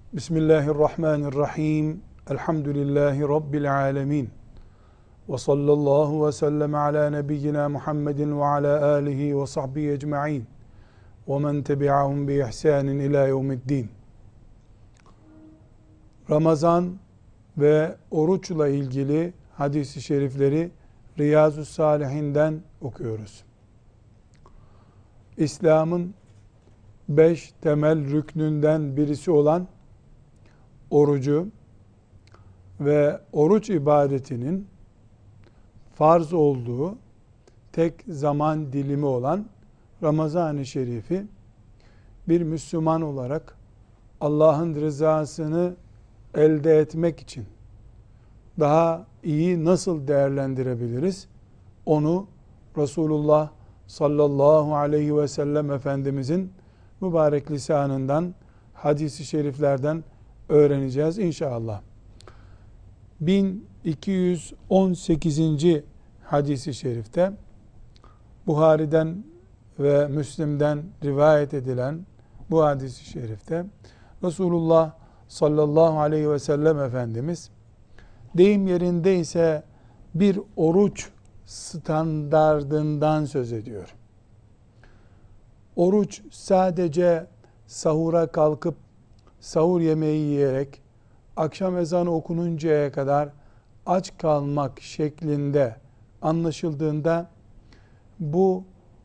Bismillahirrahmanirrahim. Elhamdülillahi Rabbil alemin. Ve sallallahu ve sellem ala nebiyyina Muhammedin ve ala alihi ve sahbihi ecma'in. Ve men tebi'ahum bi ihsanin ila yevmiddin. Ramazan ve oruçla ilgili hadis-i şerifleri Riyazu Salihinden okuyoruz. İslam'ın 5 temel rüknünden birisi olan orucu ve oruç ibadetinin farz olduğu tek zaman dilimi olan Ramazan-ı Şerif'i bir Müslüman olarak Allah'ın rızasını elde etmek için daha iyi nasıl değerlendirebiliriz? Onu Resulullah sallallahu aleyhi ve sellem Efendimizin mübarek lisanından, hadis-i şeriflerden öğreneceğiz inşallah. 1218. hadis-i şerifte Buhari'den ve Müslim'den rivayet edilen bu hadis-i şerifte Resulullah sallallahu aleyhi ve sellem Efendimiz deyim yerindeyse bir oruç standardından söz ediyor. Oruç sadece sahura kalkıp sahur yemeği yiyerek akşam ezanı okununcaya kadar aç kalmak şeklinde anlaşıldığında bu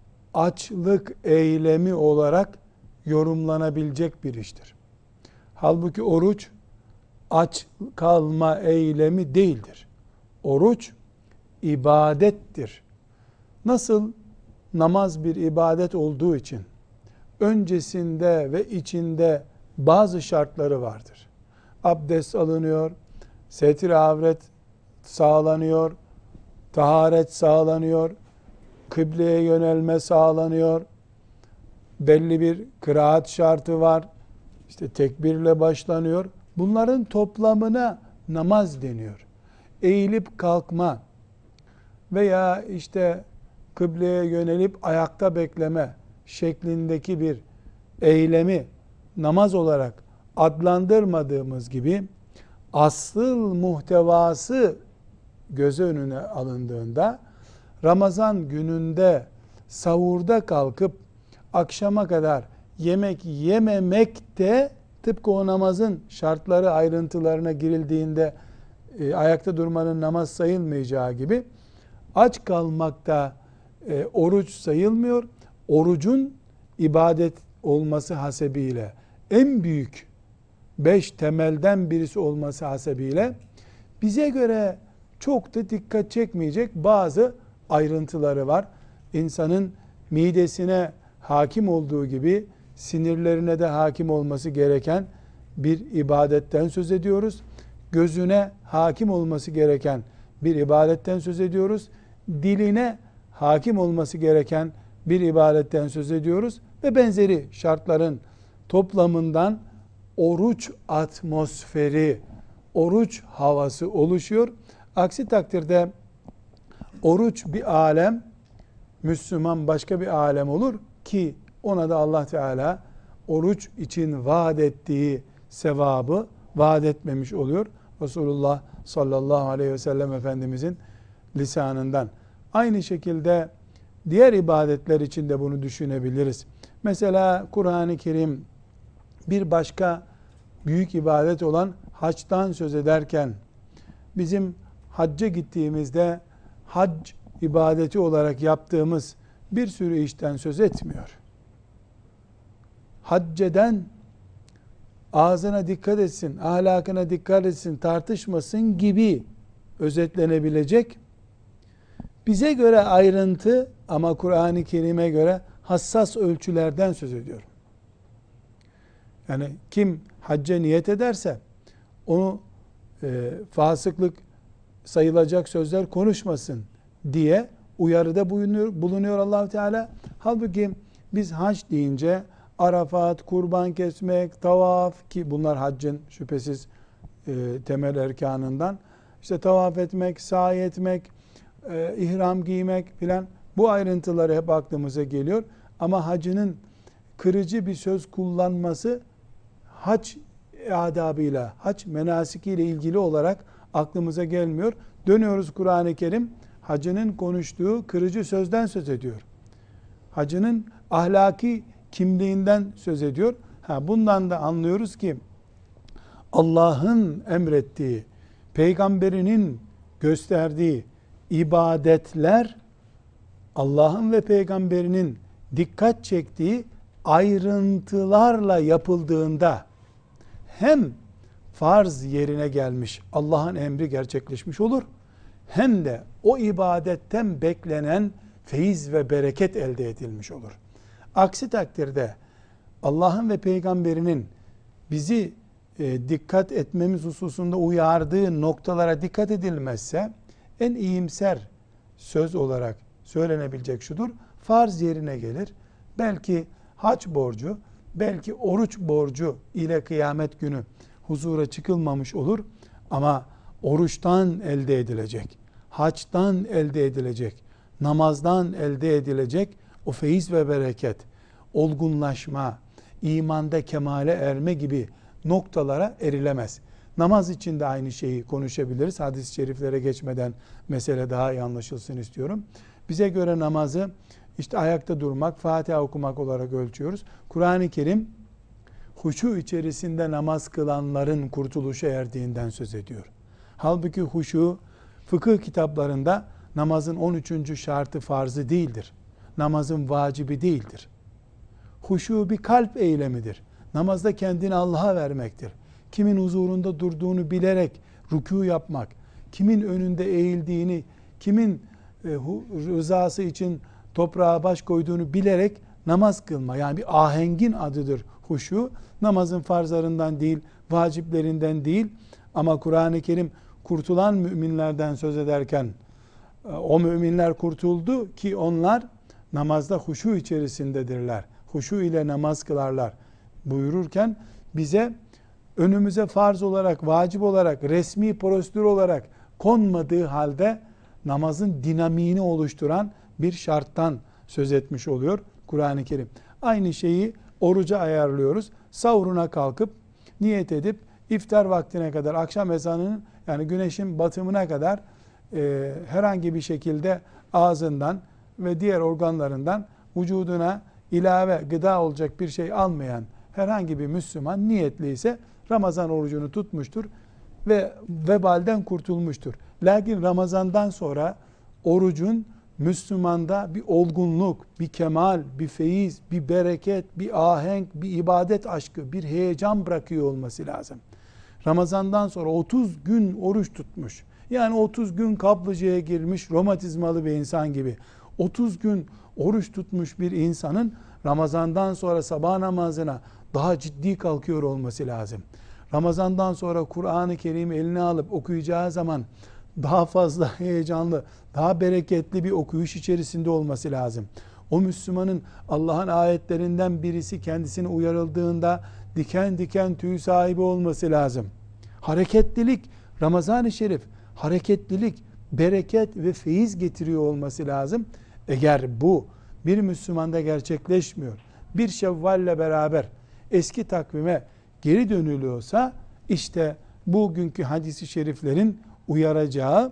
açlık eylemi olarak yorumlanabilecek bir iştir. Halbuki oruç aç kalma eylemi değildir. Oruç ibadettir. Nasıl namaz bir ibadet olduğu için öncesinde ve içinde bazı şartları vardır. Abdest alınıyor, setir avret sağlanıyor, taharet sağlanıyor, kıbleye yönelme sağlanıyor, belli bir kıraat şartı var, işte tekbirle başlanıyor. Bunların toplamına namaz deniyor. Eğilip kalkma veya işte kıbleye yönelip ayakta bekleme şeklindeki bir eylemi namaz olarak adlandırmadığımız gibi asıl muhtevası göz önüne alındığında Ramazan gününde sahurda kalkıp akşama kadar yemek yememek de tıpkı o namazın şartları ayrıntılarına girildiğinde ayakta durmanın namaz sayılmayacağı gibi aç kalmak da oruç sayılmıyor. Orucun ibadet olması hasebiyle en büyük 5 temelden birisi olması hasebiyle bize göre çok da dikkat çekmeyecek bazı ayrıntıları var. İnsanın midesine hakim olduğu gibi sinirlerine de hakim olması gereken bir ibadetten söz ediyoruz. Gözüne hakim olması gereken bir ibadetten söz ediyoruz. Diline hakim olması gereken bir ibadetten söz ediyoruz ve benzeri şartların toplamından oruç atmosferi, oruç havası oluşuyor. Aksi takdirde oruç bir alem, Müslüman başka bir alem olur ki ona da Allah Teala oruç için vaat ettiği sevabı vaat etmemiş oluyor. Resulullah sallallahu aleyhi ve sellem Efendimizin lisanından. Aynı şekilde diğer ibadetler için de bunu düşünebiliriz. Mesela Kur'an-ı Kerim bir başka büyük ibadet olan haçtan söz ederken bizim hacca gittiğimizde hac ibadeti olarak yaptığımız bir sürü işten söz etmiyor. Hacceden ağzına dikkat etsin, ahlakına dikkat etsin, tartışmasın gibi özetlenebilecek bize göre ayrıntı ama Kur'an-ı Kerim'e göre hassas ölçülerden söz ediyor. Yani kim hacca niyet ederse onu fasıklık sayılacak sözler konuşmasın diye uyarıda bulunuyor Allah Teala. Halbuki biz hac deyince Arafat, kurban kesmek, tavaf ki bunlar haccın şüphesiz temel erkanından. İşte tavaf etmek, sa'i etmek, ihram giymek filan bu ayrıntıları hep aklımıza geliyor. Ama hacının kırıcı bir söz kullanması hac adabıyla, hac menasikiyle ilgili olarak aklımıza gelmiyor. Dönüyoruz Kur'an-ı Kerim, hacının konuştuğu kırıcı sözden söz ediyor. Hacının ahlaki kimliğinden söz ediyor. Bundan da anlıyoruz ki Allah'ın emrettiği, peygamberinin gösterdiği ibadetler, Allah'ın ve peygamberinin dikkat çektiği ayrıntılarla yapıldığında hem farz yerine gelmiş, Allah'ın emri gerçekleşmiş olur, hem de o ibadetten beklenen feyiz ve bereket elde edilmiş olur. Aksi takdirde Allah'ın ve peygamberinin bizi dikkat etmemiz hususunda uyardığı noktalara dikkat edilmezse, en iyimser söz olarak söylenebilecek şudur: farz yerine gelir. Belki hac borcu, belki oruç borcu ile kıyamet günü huzura çıkılmamış olur. Ama oruçtan elde edilecek, haçtan elde edilecek, namazdan elde edilecek o feyiz ve bereket, olgunlaşma, imanda kemale erme gibi noktalara erilemez. Namaz için de aynı şeyi konuşabiliriz. Hadis-i şeriflere geçmeden mesele daha iyi anlaşılsın istiyorum. Bize göre namazı işte ayakta durmak, Fatiha okumak olarak ölçüyoruz. Kur'an-ı Kerim huşu içerisinde namaz kılanların kurtuluşa erdiğinden söz ediyor. Halbuki huşu fıkıh kitaplarında namazın 13. şartı farzı değildir. Namazın vacibi değildir. Huşu bir kalp eylemidir. Namazda kendini Allah'a vermektir. Kimin huzurunda durduğunu bilerek rükû yapmak, kimin önünde eğildiğini, kimin rızası için toprağa baş koyduğunu bilerek namaz kılma. Yani bir ahengin adıdır huşu. Namazın farzlarından değil, vaciplerinden değil. Ama Kur'an-ı Kerim kurtulan müminlerden söz ederken, o müminler kurtuldu ki onlar namazda huşu içerisindedirler, huşu ile namaz kılarlar buyururken, bize önümüze farz olarak, vacip olarak, resmi prosedür olarak konmadığı halde namazın dinamiğini oluşturan bir şarttan söz etmiş oluyor Kur'an-ı Kerim. Aynı şeyi oruca ayarlıyoruz. Sahuruna kalkıp niyet edip iftar vaktine kadar, akşam ezanının, yani güneşin batımına kadar herhangi bir şekilde ağzından ve diğer organlarından vücuduna ilave gıda olacak bir şey almayan herhangi bir Müslüman niyetliyse Ramazan orucunu tutmuştur ve vebalden kurtulmuştur. Lakin Ramazandan sonra orucun Müslümanda bir olgunluk, bir kemal, bir feyiz, bir bereket, bir ahenk, bir ibadet aşkı, bir heyecan bırakıyor olması lazım. Ramazandan sonra 30 gün oruç tutmuş, yani 30 gün kaplıcaya girmiş romatizmalı bir insan gibi 30 gün oruç tutmuş bir insanın Ramazandan sonra sabah namazına daha ciddi kalkıyor olması lazım. Ramazandan sonra Kur'an-ı Kerim'i eline alıp okuyacağı zaman daha fazla heyecanlı, daha bereketli bir okuyuş içerisinde olması lazım. O Müslümanın Allah'ın ayetlerinden birisi kendisine uyarıldığında diken diken tüy sahibi olması lazım. Hareketlilik, Ramazan-ı Şerif hareketlilik, bereket ve feyiz getiriyor olması lazım. Eğer bu bir Müslümanda gerçekleşmiyor, bir Şevval'le beraber eski takvime geri dönülüyorsa, işte bugünkü hadis-i şeriflerin uyaracağı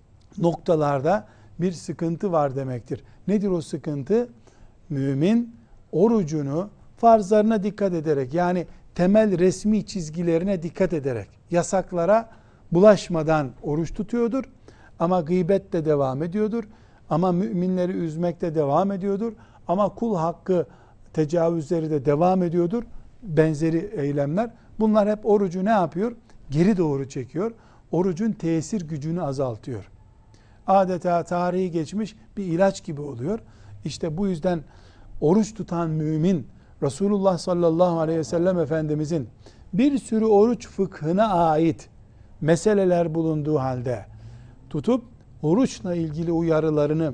noktalarda bir sıkıntı var demektir. Nedir o sıkıntı? Mümin orucunu farzlarına dikkat ederek, yani temel resmi çizgilerine dikkat ederek, yasaklara bulaşmadan oruç tutuyordur. Ama gıybet de devam ediyordur. Ama müminleri üzmekte devam ediyordur. Ama kul hakkı tecavüzleri de devam ediyordur. Benzeri eylemler. Bunlar hep orucu ne yapıyor? Geri doğru çekiyor. Orucun tesir gücünü azaltıyor. Adeta tarihi geçmiş bir ilaç gibi oluyor. İşte bu yüzden oruç tutan mümin, Resulullah sallallahu aleyhi ve sellem Efendimizin bir sürü oruç fıkhına ait meseleler bulunduğu halde tutup oruçla ilgili uyarılarını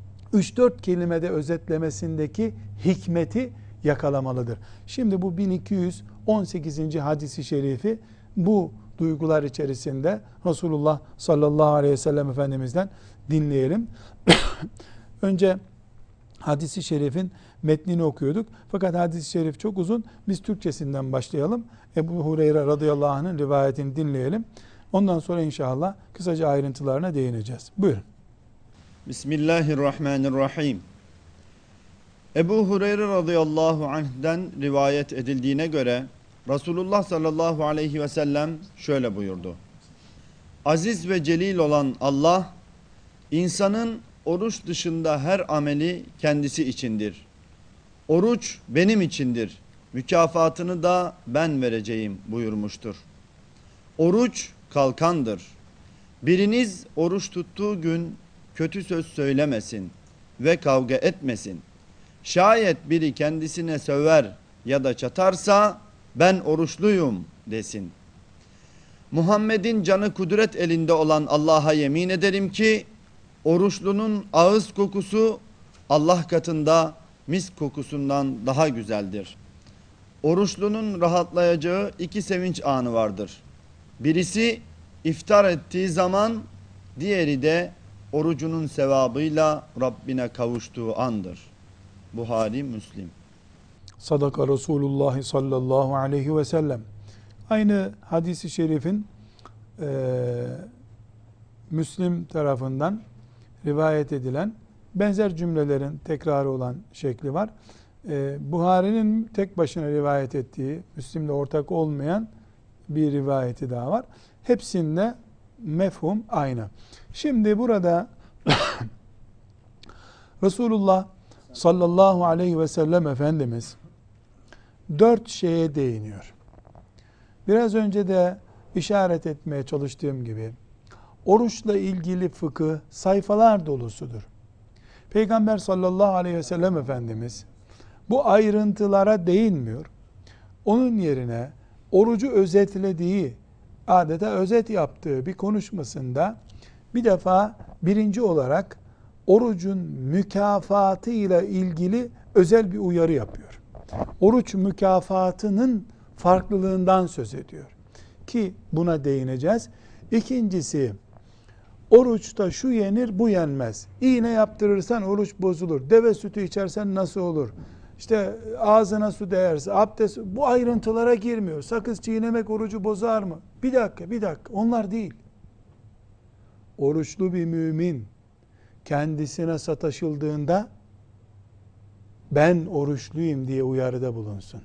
3-4 kelimede özetlemesindeki hikmeti yakalamalıdır. Şimdi bu 1218. hadisi şerifi bu duygular içerisinde Resulullah sallallahu aleyhi ve sellem Efendimiz'den dinleyelim. Önce hadisi şerifin metnini okuyorduk. Fakat hadis-i şerif çok uzun. Biz Türkçesinden başlayalım. Ebu Hureyre radıyallahu anh'ın rivayetini dinleyelim. Ondan sonra inşallah kısaca ayrıntılarına değineceğiz. Buyurun. Bismillahirrahmanirrahim. Ebu Hureyre radıyallahu anh'den rivayet edildiğine göre Resulullah sallallahu aleyhi ve sellem şöyle buyurdu. Aziz ve celil olan Allah, insanın oruç dışında her ameli kendisi içindir. Oruç benim içindir. Mükafatını da ben vereceğim buyurmuştur. Oruç kalkandır. Biriniz oruç tuttuğu gün kötü söz söylemesin ve kavga etmesin. Şayet biri kendisine söver ya da çatarsa ben oruçluyum desin. Muhammed'in canı kudret elinde olan Allah'a yemin ederim ki oruçlunun ağız kokusu Allah katında misk kokusundan daha güzeldir. Oruçlunun rahatlayacağı iki sevinç anı vardır. Birisi iftar ettiği zaman, diğeri de orucunun sevabıyla Rabbine kavuştuğu andır. Buhari, Müslim. Sadaka Resulullah sallallahu aleyhi ve sellem. Aynı hadisi şerifin Müslim tarafından rivayet edilen benzer cümlelerin tekrarı olan şekli var. Buhari'nin tek başına rivayet ettiği, Müslim'le ortak olmayan bir rivayeti daha var. Hepsinde mefhum aynı. Şimdi burada Resulullah sallallahu aleyhi ve sellem Efendimiz 4 şeye değiniyor. Biraz önce de işaret etmeye çalıştığım gibi oruçla ilgili fıkıh sayfalar dolusudur. Peygamber sallallahu aleyhi ve sellem Efendimiz bu ayrıntılara değinmiyor. Onun yerine orucu özetlediği, adeta özet yaptığı bir konuşmasında bir defa birinci olarak orucun mükafatıyla ilgili özel bir uyarı yapıyor. Oruç mükafatının farklılığından söz ediyor. Ki buna değineceğiz. İkincisi, oruçta şu yenir, bu yenmez. İğne yaptırırsan oruç bozulur. Deve sütü içersen nasıl olur? İşte ağzına su değerse, abdest, bu ayrıntılara girmiyor. Sakız çiğnemek orucu bozar mı? Bir dakika, onlar değil. Oruçlu bir mümin kendisine sataşıldığında ben oruçluyum diye uyarıda bulunsun.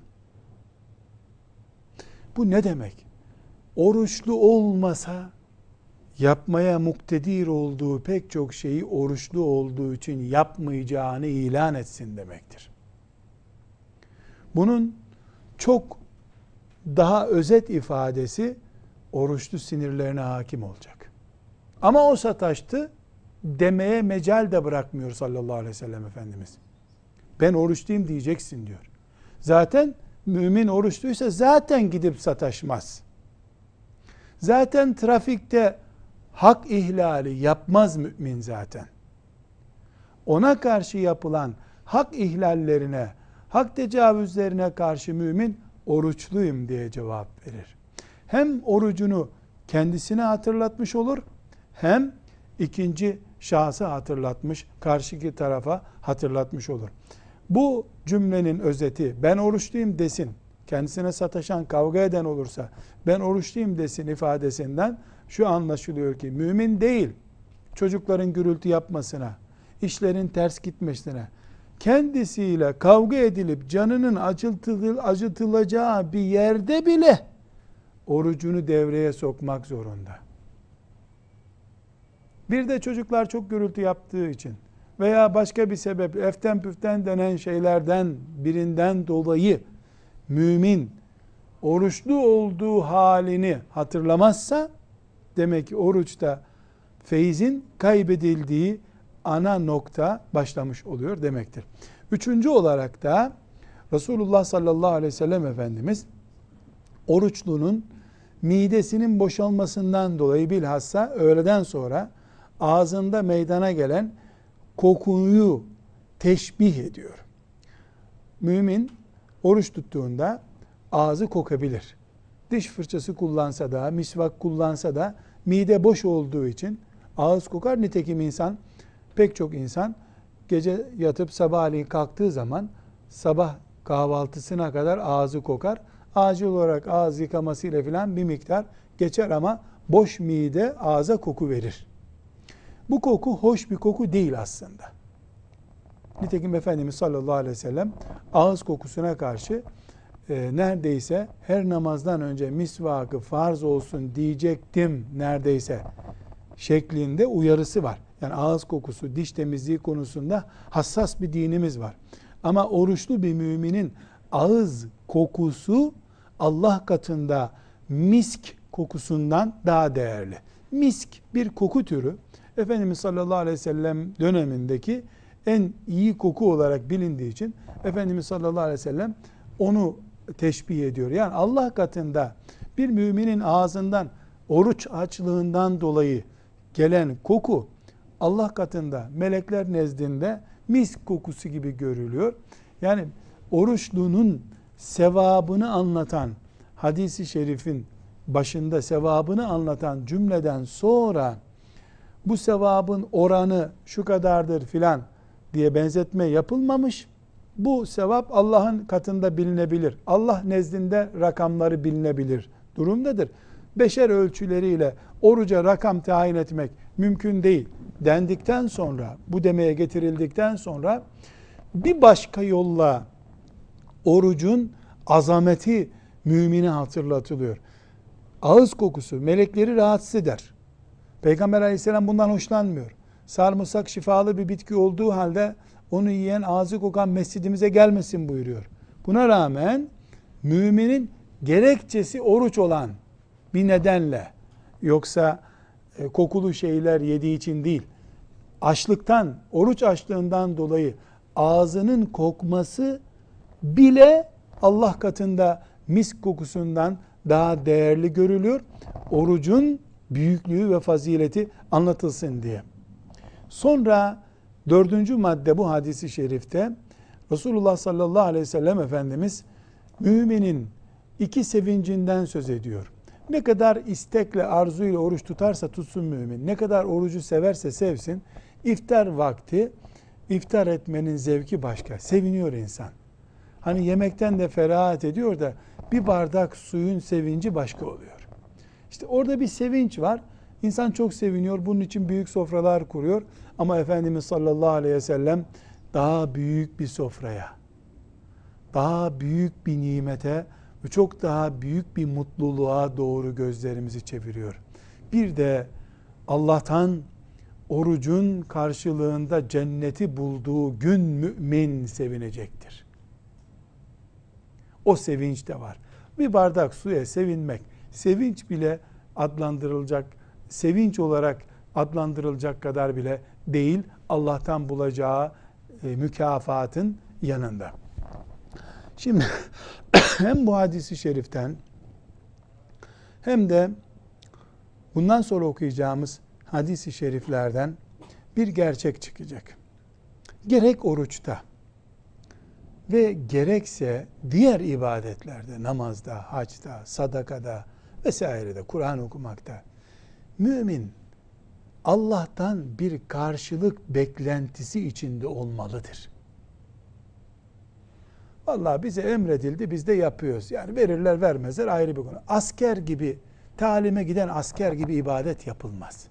Bu ne demek? Oruçlu olmasa yapmaya muktedir olduğu pek çok şeyi oruçlu olduğu için yapmayacağını ilan etsin demektir. Bunun çok daha özet ifadesi oruçlu sinirlerine hakim olacak. Ama o sataştı demeye mecal de bırakmıyor sallallahu aleyhi ve sellem Efendimiz. Ben oruçluyum diyeceksin diyor. Zaten mümin oruçluysa zaten gidip sataşmaz. Zaten trafikte hak ihlali yapmaz mümin zaten. Ona karşı yapılan hak ihlallerine, hak tecavüzlerine karşı mümin oruçluyum diye cevap verir. Hem orucunu kendisine hatırlatmış olur, hem ikinci şahsı hatırlatmış, karşıki tarafa hatırlatmış olur. Bu cümlenin özeti ben oruçluyum desin, kendisine sataşan, kavga eden olursa ben oruçluyum desin ifadesinden şu anlaşılıyor ki mümin değil, çocukların gürültü yapmasına, işlerin ters gitmesine, kendisiyle kavga edilip canının acıtılacağı bir yerde bile orucunu devreye sokmak zorunda. Bir de çocuklar çok gürültü yaptığı için veya başka bir sebep, eften püften denen şeylerden birinden dolayı mümin oruçlu olduğu halini hatırlamazsa demek ki oruçta feyzin kaybedildiği ana nokta başlamış oluyor demektir. Üçüncü olarak da Resulullah sallallahu aleyhi ve sellem Efendimiz oruçlunun midesinin boşalmasından dolayı bilhassa öğleden sonra ağzında meydana gelen kokuyu teşbih ediyor. Mümin oruç tuttuğunda ağzı kokabilir. Diş fırçası kullansa da, misvak kullansa da mide boş olduğu için ağız kokar. Nitekim pek çok insan gece yatıp sabahleyin kalktığı zaman sabah kahvaltısına kadar ağzı kokar. Acil olarak ağız yıkamasıyla filan bir miktar geçer ama boş mide ağza koku verir. Bu koku hoş bir koku değil aslında. Nitekim Efendimiz sallallahu aleyhi ve sellem ağız kokusuna karşı neredeyse her namazdan önce misvakı farz olsun diyecektim neredeyse şeklinde uyarısı var. Yani ağız kokusu, diş temizliği konusunda hassas bir dinimiz var. Ama oruçlu bir müminin ağız kokusu Allah katında misk kokusundan daha değerli. Misk bir koku türü. Efendimiz sallallahu aleyhi ve sellem dönemindeki en iyi koku olarak bilindiği için Efendimiz sallallahu aleyhi ve sellem onu teşbih ediyor. Yani Allah katında bir müminin ağzından oruç açlığından dolayı gelen koku Allah katında melekler nezdinde misk kokusu gibi görülüyor. Yani oruçlunun sevabını anlatan hadisi şerifin başında sevabını anlatan cümleden sonra bu sevabın oranı şu kadardır filan diye benzetme yapılmamış. Bu sevap Allah'ın katında bilinebilir. Allah nezdinde rakamları bilinebilir durumdadır. Beşer ölçüleriyle oruca rakam tayin etmek mümkün değil dendikten sonra, bu demeye getirildikten sonra bir başka yolla orucun azameti mümine hatırlatılıyor. Ağız kokusu melekleri rahatsız eder. Peygamber aleyhisselam bundan hoşlanmıyor. Sarımsak şifalı bir bitki olduğu halde onu yiyen ağzı kokan mescidimize gelmesin buyuruyor. Buna rağmen müminin gerekçesi oruç olan bir nedenle, yoksa kokulu şeyler yediği için değil, açlıktan, oruç açlığından dolayı ağzının kokması bile Allah katında misk kokusundan daha değerli görülüyor. Orucun büyüklüğü ve fazileti anlatılsın diye. Sonra 4. madde bu hadisi şerifte Resulullah sallallahu aleyhi ve sellem Efendimiz müminin iki sevincinden söz ediyor. Ne kadar istekle, arzuyla oruç tutarsa tutsun mümin, ne kadar orucu severse sevsin, iftar vakti, iftar etmenin zevki başka. Seviniyor insan. Hani yemekten de ferahat ediyor da bir bardak suyun sevinci başka oluyor. İşte orada bir sevinç var. İnsan çok seviniyor. Bunun için büyük sofralar kuruyor. Ama Efendimiz sallallahu aleyhi ve sellem daha büyük bir sofraya, daha büyük bir nimete ve çok daha büyük bir mutluluğa doğru gözlerimizi çeviriyor. Bir de Allah'tan orucun karşılığında cenneti bulduğu gün mümin sevinecektir. O sevinç de var. Bir bardak suya sevinmek, sevinç bile adlandırılacak, sevinç olarak adlandırılacak kadar bile değil, Allah'tan bulacağı mükafatın yanında. Şimdi hem bu hadisi şeriften hem de bundan sonra okuyacağımız hadisi şeriflerden bir gerçek çıkacak. Gerek oruçta ve gerekse diğer ibadetlerde, namazda, hacda, sadakada vesairede, Kur'an okumakta mümin Allah'tan bir karşılık beklentisi içinde olmalıdır. Vallahi bize emredildi, biz de yapıyoruz. Yani verirler vermezler ayrı bir konu. Asker gibi, talime giden asker gibi ibadet yapılmaz.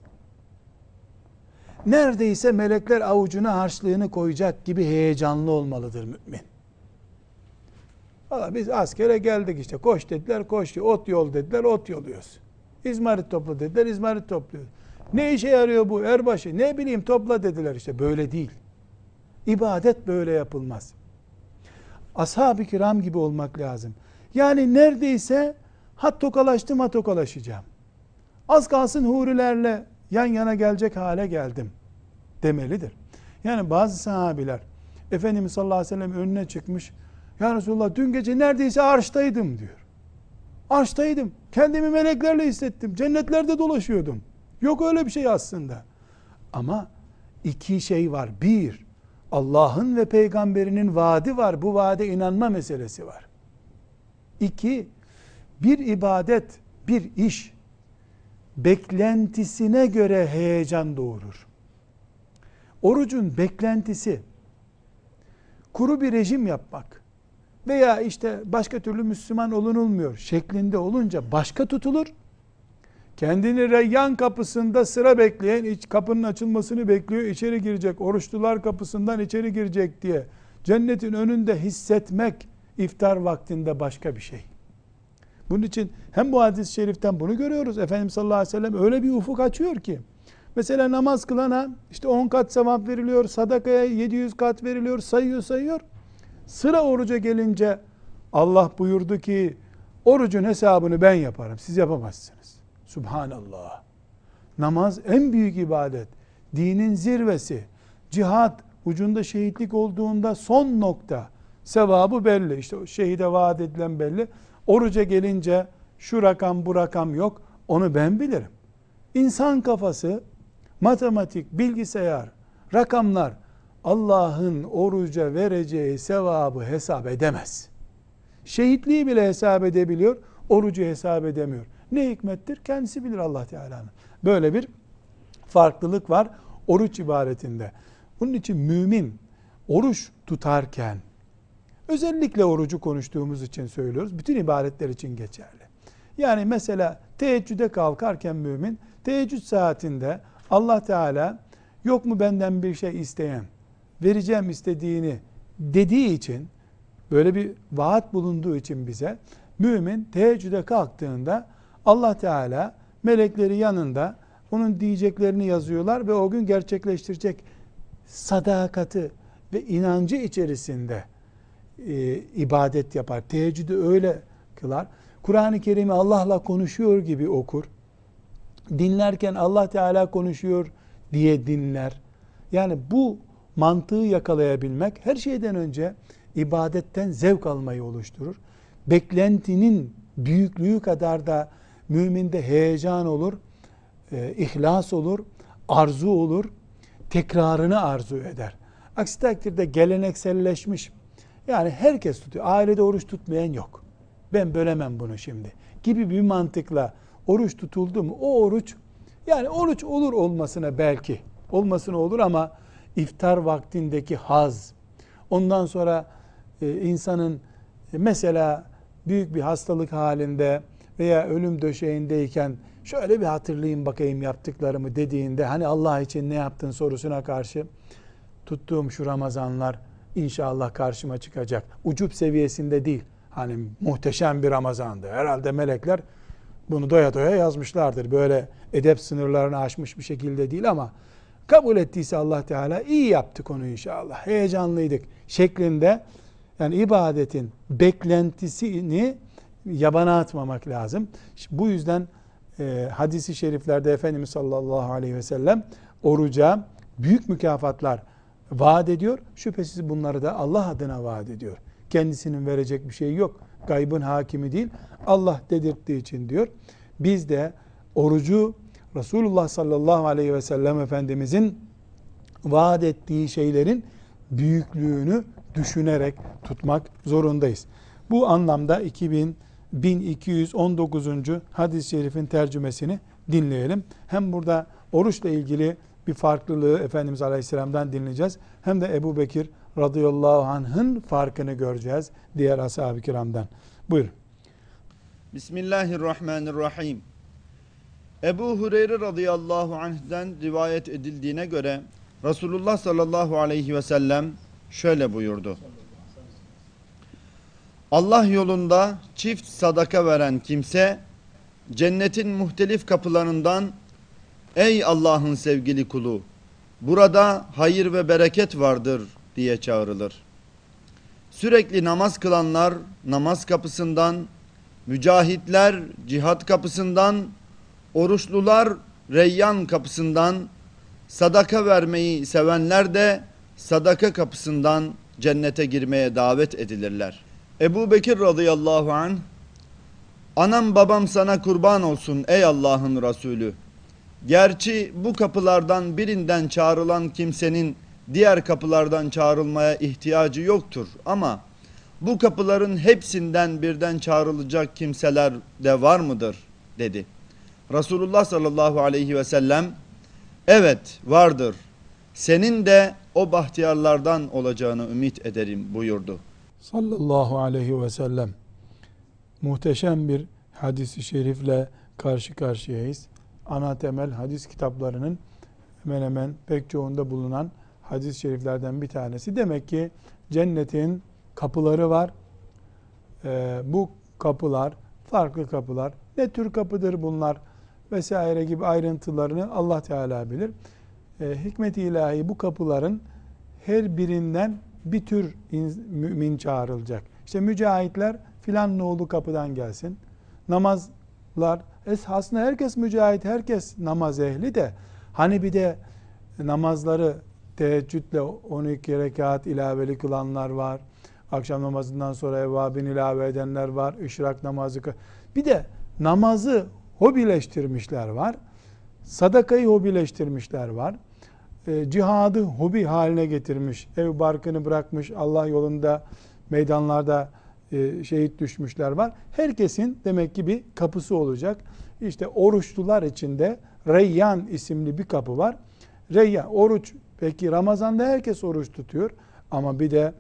Neredeyse melekler avucuna harçlığını koyacak gibi heyecanlı olmalıdır mümin. Vallahi biz askere geldik işte, koş dediler, koş. Ot yol dediler, ot yoluyoruz. İzmarit topla dediler, izmarit topluyoruz. Ne işe yarıyor bu erbaşı? Ne bileyim topla dediler işte. Böyle değil. İbadet böyle yapılmaz. Ashab-ı kiram gibi olmak lazım. Yani neredeyse ha tokalaştım ha tokalaşacağım. Az kalsın hurilerle yan yana gelecek hale geldim demelidir. Yani bazı sahabiler Efendimiz sallallahu aleyhi ve sellem önüne çıkmış. Ya Resulullah dün gece neredeyse arştaydım diyor. Arştaydım. Kendimi meleklerle hissettim. Cennetlerde dolaşıyordum. Yok öyle bir şey aslında. Ama iki şey var. Bir, Allah'ın ve peygamberinin vaadi var. Bu vaade inanma meselesi var. İki, bir ibadet, bir iş beklentisine göre heyecan doğurur. orucun beklentisi kuru bir rejim yapmak veya işte başka türlü Müslüman olunulmuyor şeklinde olunca başka tutulur. Kendini Reyyan kapısında sıra bekleyen, kapının açılmasını bekliyor, içeri girecek, oruçlular kapısından içeri girecek diye cennetin önünde hissetmek iftar vaktinde başka bir şey. Bunun için hem bu hadis-i şeriften bunu görüyoruz. Efendimiz sallallahu aleyhi ve sellem öyle bir ufuk açıyor ki. Mesela namaz kılana işte 10 kat sevap veriliyor, sadakaya 700 kat veriliyor, sayıyor. Sıra oruca gelince Allah buyurdu ki orucun hesabını ben yaparım, siz yapamazsınız. Subhanallah. Namaz en büyük ibadet. Dinin zirvesi. Cihat, ucunda şehitlik olduğunda son nokta. Sevabı belli. İşte şehide vaat edilen belli. Oruca gelince şu rakam bu rakam yok. Onu ben bilirim. İnsan kafası, matematik, bilgisayar, rakamlar Allah'ın oruca vereceği sevabı hesap edemez. Şehitliği bile hesap edebiliyor, orucu hesap edemiyor. Ne hikmettir? Kendisi bilir Allah Teala'nın. Böyle bir farklılık var oruç ibaretinde. Bunun için mümin oruç tutarken, özellikle orucu konuştuğumuz için söylüyoruz, bütün ibadetler için geçerli. Yani mesela teheccüde kalkarken mümin, teheccüd saatinde Allah Teala yok mu benden bir şey isteyen, vereceğim istediğini dediği için, böyle bir vaat bulunduğu için bize, mümin teheccüde kalktığında Allah Teala melekleri yanında onun diyeceklerini yazıyorlar ve o gün gerçekleştirecek sadakati ve inancı içerisinde ibadet yapar. Teheccüdü öyle kılar. Kur'an-ı Kerim'i Allah'la konuşuyor gibi okur. Dinlerken Allah Teala konuşuyor diye dinler. Yani bu mantığı yakalayabilmek her şeyden önce ibadetten zevk almayı oluşturur. Beklentinin büyüklüğü kadar da müminde heyecan olur, ihlas olur, arzu olur, tekrarını arzu eder. Aksi takdirde gelenekselleşmiş, yani herkes tutuyor, ailede oruç tutmayan yok, ben bölemem bunu şimdi gibi bir mantıkla oruç tutuldu mu, o oruç, yani oruç olur olmasına belki, olmasına olur ama iftar vaktindeki haz, ondan sonra insanın mesela büyük bir hastalık halinde veya ölüm döşeğindeyken şöyle bir hatırlayayım bakayım yaptıklarımı dediğinde, hani Allah için ne yaptın sorusuna karşı, tuttuğum şu Ramazanlar inşallah karşıma çıkacak. Ucup seviyesinde değil. Hani muhteşem bir Ramazandı. Herhalde melekler bunu doya doya yazmışlardır. Böyle edep sınırlarını aşmış bir şekilde değil ama kabul ettiyse Allah Teala iyi yaptık onu inşallah. Heyecanlıydık şeklinde, yani ibadetin beklentisini yabana atmamak lazım. Bu yüzden hadis-i şeriflerde Efendimiz sallallahu aleyhi ve sellem oruca büyük mükafatlar vaat ediyor. Şüphesiz bunları da Allah adına vaat ediyor. Kendisinin verecek bir şey yok. Gaybın hakimi değil. Allah dedirttiği için diyor. Biz de orucu Resulullah sallallahu aleyhi ve sellem Efendimizin vaat ettiği şeylerin büyüklüğünü düşünerek tutmak zorundayız. Bu anlamda 1219. hadis-i şerifin tercümesini dinleyelim. Hem burada oruçla ilgili bir farklılığı Efendimiz Aleyhisselam'dan dinleyeceğiz. Hem de Ebu Bekir radıyallahu anh'ın farkını göreceğiz diğer ashab-ı kiramdan. Buyurun. Bismillahirrahmanirrahim. Ebu Hureyre radıyallahu anh'den rivayet edildiğine göre Resulullah sallallahu aleyhi ve sellem şöyle buyurdu. Allah yolunda çift sadaka veren kimse cennetin muhtelif kapılarından ey Allah'ın sevgili kulu, burada hayır ve bereket vardır diye çağrılır. Sürekli namaz kılanlar namaz kapısından, mücahitler cihat kapısından, oruçlular Reyyan kapısından, sadaka vermeyi sevenler de sadaka kapısından cennete girmeye davet edilirler. Ebu Bekir radıyallahu anh, anam babam sana kurban olsun ey Allah'ın Resulü. Gerçi bu kapılardan birinden çağrılan kimsenin diğer kapılardan çağrılmaya ihtiyacı yoktur ama bu kapıların hepsinden birden çağrılacak kimseler de var mıdır dedi. Resulullah sallallahu aleyhi ve sellem evet vardır. senin de o bahtiyarlardan olacağını ümit ederim buyurdu. Sallallahu aleyhi ve sellem. Muhteşem bir hadis-i şerifle karşı karşıyayız. Ana temel hadis kitaplarının hemen hemen pek çoğunda bulunan hadis-i şeriflerden bir tanesi. Demek ki cennetin kapıları var. Bu kapılar, farklı kapılar. Ne tür kapıdır bunlar vesaire gibi ayrıntılarını Allah Teala bilir. Hikmet-i ilahi bu kapıların her birinden bir tür mümin çağrılacak. İşte mücahitler filan nolu kapıdan gelsin. Namazlar, aslında herkes mücahit, herkes namaz ehli de hani bir de namazları teheccüdle 12 rekat ilaveli kılanlar var. Akşam namazından sonra evvabin ilave edenler var. İşrak namazı. Bir de namazı hobileştirmişler var. Sadakayı hobileştirmişler var. Cihadı hobi haline getirmiş. Ev barkını bırakmış. Allah yolunda meydanlarda şehit düşmüşler var. Herkesin demek ki bir kapısı olacak. İşte oruçlular içinde Reyyan isimli bir kapı var. Reyyan, oruç. Peki Ramazan'da herkes oruç tutuyor. Ama bir de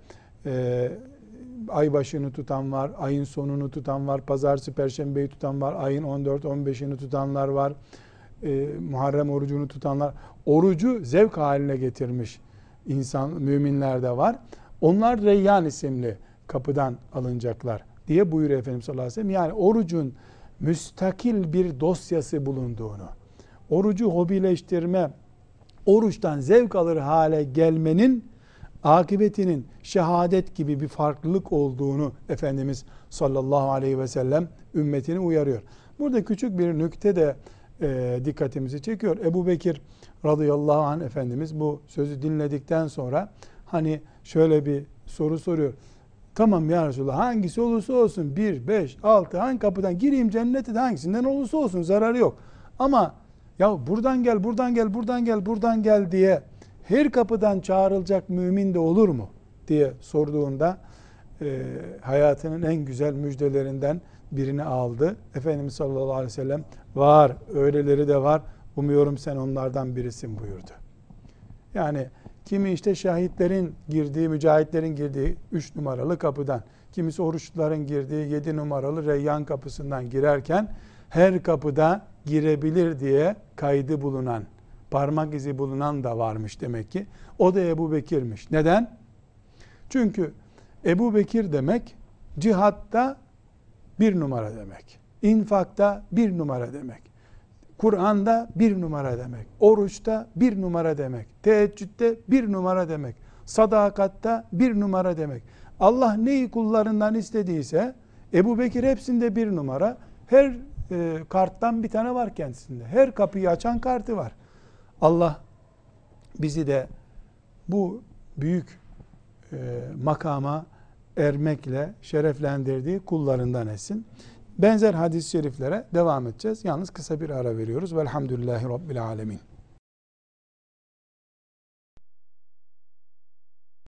ay başını tutan var, ayın sonunu tutan var, pazartesi, perşembeyi tutan var, ayın 14-15'ini tutanlar var, Muharrem orucunu tutanlar, orucu zevk haline getirmiş insan, müminler de var. Onlar Reyyan isimli kapıdan alınacaklar diye buyuruyor Efendimiz sallallahu aleyhi ve sellem. Yani orucun müstakil bir dosyası bulunduğunu, orucu hobileştirme, oruçtan zevk alır hale gelmenin akıbetinin şehadet gibi bir farklılık olduğunu Efendimiz sallallahu aleyhi ve sellem ümmetini uyarıyor. Burada küçük bir nükte de dikkatimizi çekiyor. Ebu Bekir radıyallahu anh Efendimiz bu sözü dinledikten sonra hani şöyle bir soru soruyor. Tamam ya Resulallah, hangisi olursa olsun 1, 5, 6 hangi kapıdan gireyim cennete de hangisinden olursa olsun zararı yok. Ama ya buradan gel, buradan gel, buradan gel, buradan gel diye her kapıdan çağrılacak mümin de olur mu diye sorduğunda hayatının en güzel müjdelerinden birini aldı. Efendimiz sallallahu aleyhi ve sellem var, öyleleri de var. Umuyorum sen onlardan birisin buyurdu. Yani kimi işte şahitlerin girdiği, mücahitlerin girdiği 3 numaralı kapıdan, kimisi oruçluların girdiği 7 numaralı Reyyan kapısından girerken her kapıda girebilir diye kaydı bulunan, parmak izi bulunan da varmış demek ki. O da Ebu Bekir'miş. Neden? Çünkü Ebu Bekir demek cihatta 1 numara demek. İnfakta 1 numara demek. Kur'an'da 1 numara demek. Oruçta 1 numara demek. Teheccüde 1 numara demek. Sadakatta 1 numara demek. Allah neyi kullarından istediyse Ebu Bekir hepsinde 1 numara. Her karttan bir tane var kendisinde. Her kapıyı açan kartı var. Allah bizi de bu büyük makama ermekle şereflendirdiği kullarından etsin. Benzer hadis-i şeriflere devam edeceğiz. Yalnız kısa bir ara veriyoruz. Velhamdülillahi Rabbil alemin.